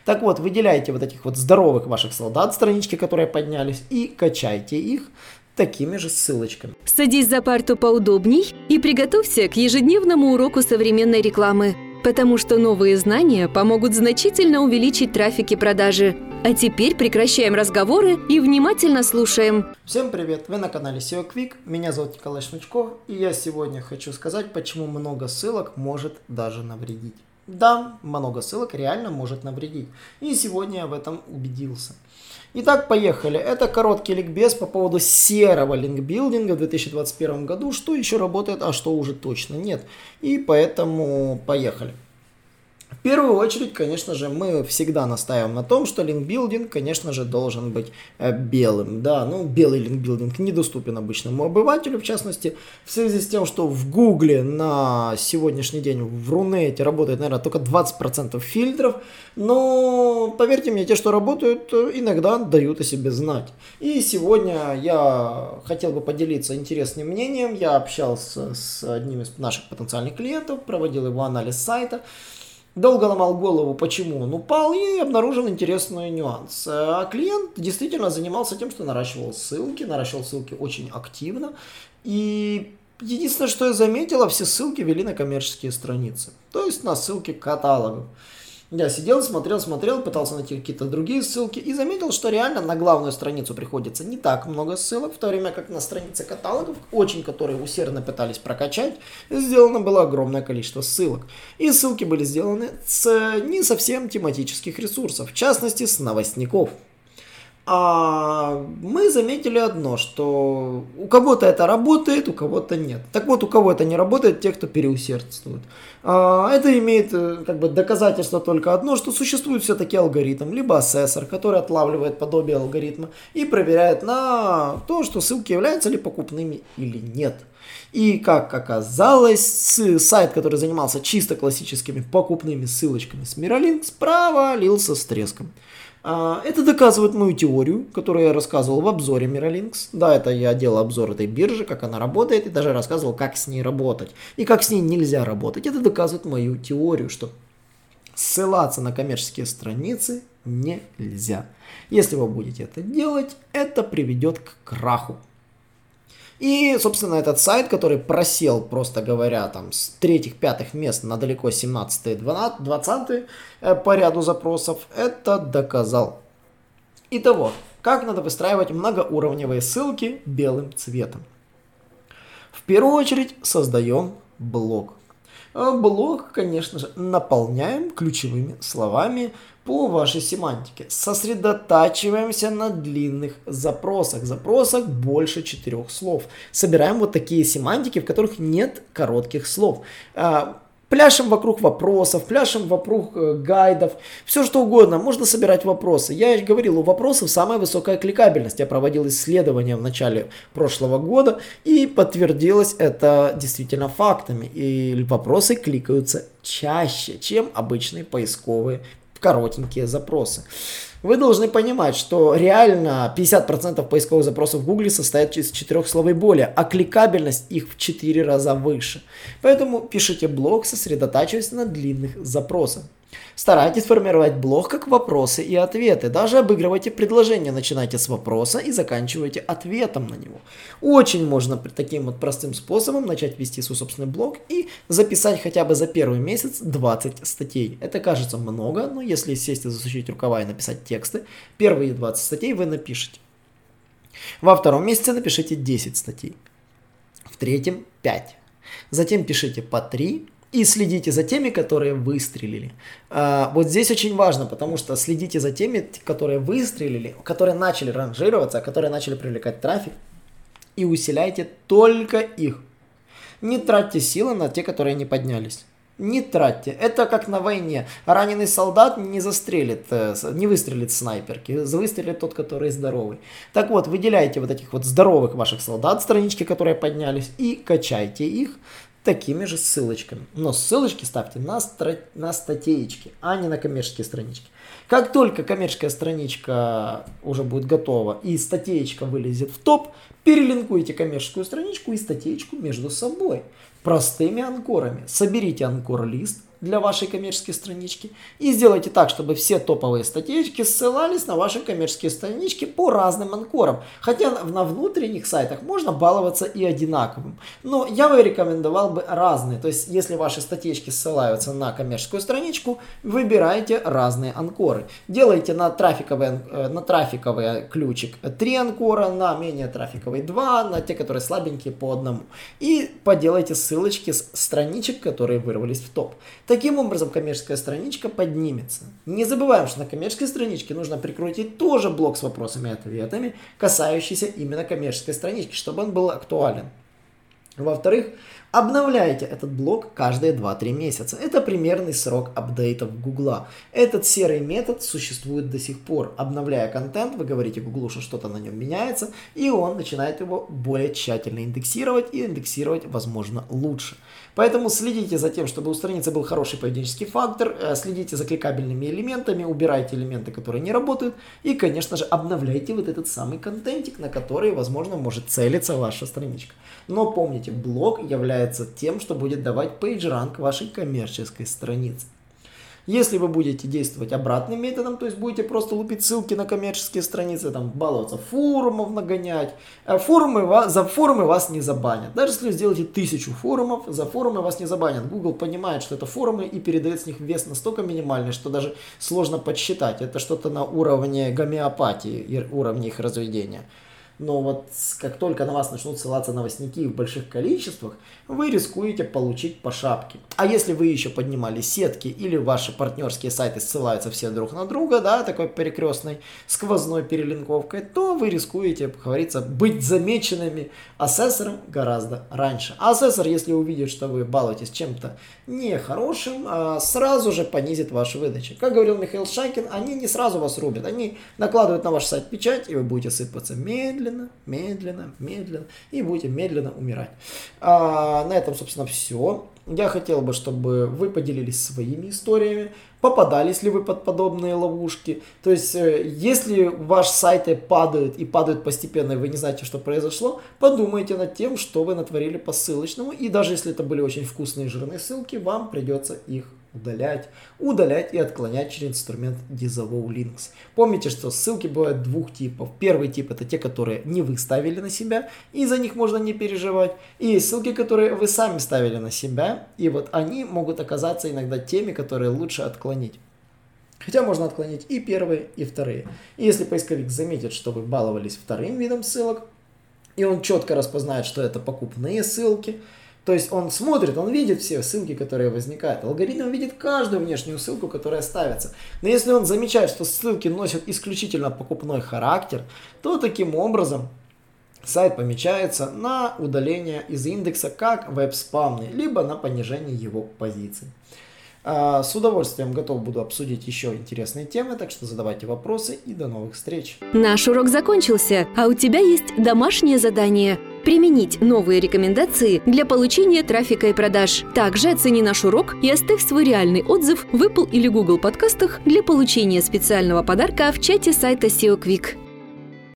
Так вот, выделяйте вот этих вот здоровых ваших солдат, странички, которые поднялись, и качайте их такими же ссылочками. Садись за парту поудобней и приготовься к ежедневному уроку современной рекламы, потому что новые знания помогут значительно увеличить трафик и продажи. А теперь прекращаем разговоры и внимательно слушаем. Всем привет! Вы на канале SEO Quick, меня зовут Николай Шнучков, и я сегодня хочу сказать, почему много ссылок может даже навредить. Да, много ссылок реально может навредить, и сегодня я в этом убедился. Итак, поехали. Это короткий ликбез по поводу серого линкбилдинга в 2021 году, что еще работает, а что уже точно нет. И поэтому поехали. В первую очередь, конечно же, мы всегда настаиваем на том, что линкбилдинг, конечно же, должен быть белым. Да, белый линкбилдинг недоступен обычному обывателю, в частности, в связи с тем, что в Гугле на сегодняшний день, в Рунете работает, наверное, только 20% фильтров, но, поверьте мне, те, что работают, иногда дают о себе знать. И сегодня я хотел бы поделиться интересным мнением. Я общался с одним из наших потенциальных клиентов, проводил его анализ сайта. Долго ломал голову, почему он упал, и обнаружил интересный нюанс. А клиент действительно занимался тем, что наращивал ссылки очень активно. И единственное, что я заметил, все ссылки вели на коммерческие страницы, то есть на ссылки к каталогу. Я сидел, смотрел, пытался найти какие-то другие ссылки и заметил, что реально на главную страницу приходится не так много ссылок, в то время как на странице каталогов, которые усердно пытались прокачать, сделано было огромное количество ссылок. И ссылки были сделаны с не совсем тематических ресурсов, в частности с новостников. А мы заметили одно, что у кого-то это работает, у кого-то нет. Так вот, у кого это не работает, те, кто переусердствует. Это имеет доказательство только одно, что существует все-таки алгоритм, либо ассессор, который отлавливает подобие алгоритма и проверяет на то, что ссылки являются ли покупными или нет. И как оказалось, сайт, который занимался чисто классическими покупными ссылочками с Miralinks, провалился с треском. Это доказывает мою теорию, которую я рассказывал в обзоре Miralinks. Да, это я делал обзор этой биржи, как она работает, и даже рассказывал, как с ней работать. И как с ней нельзя работать. Это доказывает мою теорию, что ссылаться на коммерческие страницы нельзя. Если вы будете это делать, это приведет к краху. И, собственно, этот сайт, который просел, просто говоря, с 3-5 мест на далеко 17-20 по ряду запросов, это доказал. Итого, как надо выстраивать многоуровневые ссылки белым цветом? В первую очередь создаем блок. Блок, конечно же, наполняем ключевыми словами по вашей семантике. Сосредотачиваемся на длинных запросах больше 4 слов. Собираем вот такие семантики, в которых нет коротких слов. Пляшем вокруг вопросов, пляшем вокруг гайдов, все что угодно, можно собирать вопросы. Я говорил, у вопросов самая высокая кликабельность. Я проводил исследования в начале прошлого года и подтвердилось это действительно фактами. И вопросы кликаются чаще, чем обычные поисковые коротенькие запросы. Вы должны понимать, что реально 50% поисковых запросов в Гугле состоят из 4 слов и более, а кликабельность их в 4 раза выше. Поэтому пишите блог, сосредотачиваясь на длинных запросах. Старайтесь формировать блог как вопросы и ответы. Даже обыгрывайте предложение. Начинайте с вопроса и заканчивайте ответом на него. Очень можно таким вот простым способом начать вести свой собственный блог и записать хотя бы за первый месяц 20 статей. Это кажется много, но если сесть и засучить рукава и написать тексты, первые 20 статей вы напишите. Во втором месяце напишите 10 статей. В третьем 5. Затем пишите по 3. И следите за теми, которые выстрелили. Вот здесь очень важно, потому что следите за теми, которые выстрелили, которые начали ранжироваться, которые начали привлекать трафик, и усиляйте только их. Не тратьте силы на те, которые не поднялись. Не тратьте. Это как на войне. Раненый солдат не выстрелит с снайперки. Выстрелит тот, который здоровый. Так вот, выделяйте вот этих вот здоровых ваших солдат, странички, которые поднялись, и качайте их такими же ссылочками. Но ссылочки ставьте на статейки, а не на коммерческие странички. Как только коммерческая страничка уже будет готова и статейка вылезет в топ, перелинкуйте коммерческую страничку и статейку между собой. Простыми анкорами. Соберите анкор-лист, для вашей коммерческой странички и сделайте так, чтобы все топовые статейки ссылались на ваши коммерческие странички по разным анкорам. Хотя на внутренних сайтах можно баловаться и одинаковым. Но я бы рекомендовал бы разные. То есть, если ваши статейки ссылаются на коммерческую страничку, выбирайте разные анкоры. Делайте на трафиковый ключик 3 анкора, на менее трафиковый 2, на те, которые слабенькие, по 1. И поделайте ссылочки с страничек, которые вырвались в топ. Таким образом, коммерческая страничка поднимется. Не забываем, что на коммерческой страничке нужно прикрутить тоже блок с вопросами и ответами, касающийся именно коммерческой странички, чтобы он был актуален. Во-вторых, обновляйте этот блок каждые 2-3 месяца. Это примерный срок апдейтов Гугла. Этот серый метод существует до сих пор. Обновляя контент, вы говорите Гуглу, что что-то на нем меняется, и он начинает его более тщательно индексировать и индексировать, возможно, лучше. Поэтому следите за тем, чтобы у страницы был хороший поведенческий фактор, следите за кликабельными элементами, убирайте элементы, которые не работают, и, конечно же, обновляйте вот этот самый контентик, на который, возможно, может целиться ваша страничка. Но помните, блог является тем, что будет давать PageRank вашей коммерческой странице. Если вы будете действовать обратным методом, то есть будете просто лупить ссылки на коммерческие страницы, там, баловаться, форумов нагонять, за форумы вас не забанят. Даже если вы сделаете 1000 форумов, за форумы вас не забанят. Google понимает, что это форумы и передает с них вес настолько минимальный, что даже сложно подсчитать. Это что-то на уровне гомеопатии, уровне их разведения. Но вот как только на вас начнут ссылаться новостники в больших количествах, вы рискуете получить по шапке. А если вы еще поднимали сетки или ваши партнерские сайты ссылаются все друг на друга, да, такой перекрестной сквозной перелинковкой, то вы рискуете, как говорится, быть замеченными ассессором гораздо раньше. А ассессор, если увидит, что вы балуетесь чем-то нехорошим, сразу же понизит ваши выдачи. Как говорил Михаил Шайкин, они не сразу вас рубят, они накладывают на ваш сайт печать, и вы будете сыпаться медленно, и будете медленно умирать. На этом, собственно, все. Я хотел бы, чтобы вы поделились своими историями, попадались ли вы под подобные ловушки. То есть, если ваши сайты падают и падают постепенно, и вы не знаете, что произошло, подумайте над тем, что вы натворили по ссылочному. И даже если это были очень вкусные жирные ссылки, вам придется их удалять и отклонять через инструмент Disavow Links. Помните, что ссылки бывают двух типов. Первый тип — это те, которые не вы ставили на себя, и за них можно не переживать. И есть ссылки, которые вы сами ставили на себя, и вот они могут оказаться иногда теми, которые лучше отклонить. Хотя можно отклонить и первые, и вторые. И если поисковик заметит, что вы баловались вторым видом ссылок, и он четко распознает, что это покупные ссылки, то есть он смотрит, он видит все ссылки, которые возникают. Алгоритм видит каждую внешнюю ссылку, которая ставится. Но если он замечает, что ссылки носят исключительно покупной характер, то таким образом сайт помечается на удаление из индекса как веб-спамный, либо на понижение его позиций. С удовольствием готов буду обсудить еще интересные темы, так что задавайте вопросы и до новых встреч. Наш урок закончился, а у тебя есть домашнее задание – применить новые рекомендации для получения трафика и продаж. Также оцени наш урок и оставь свой реальный отзыв в Apple или Google подкастах для получения специального подарка в чате сайта SEO Quick.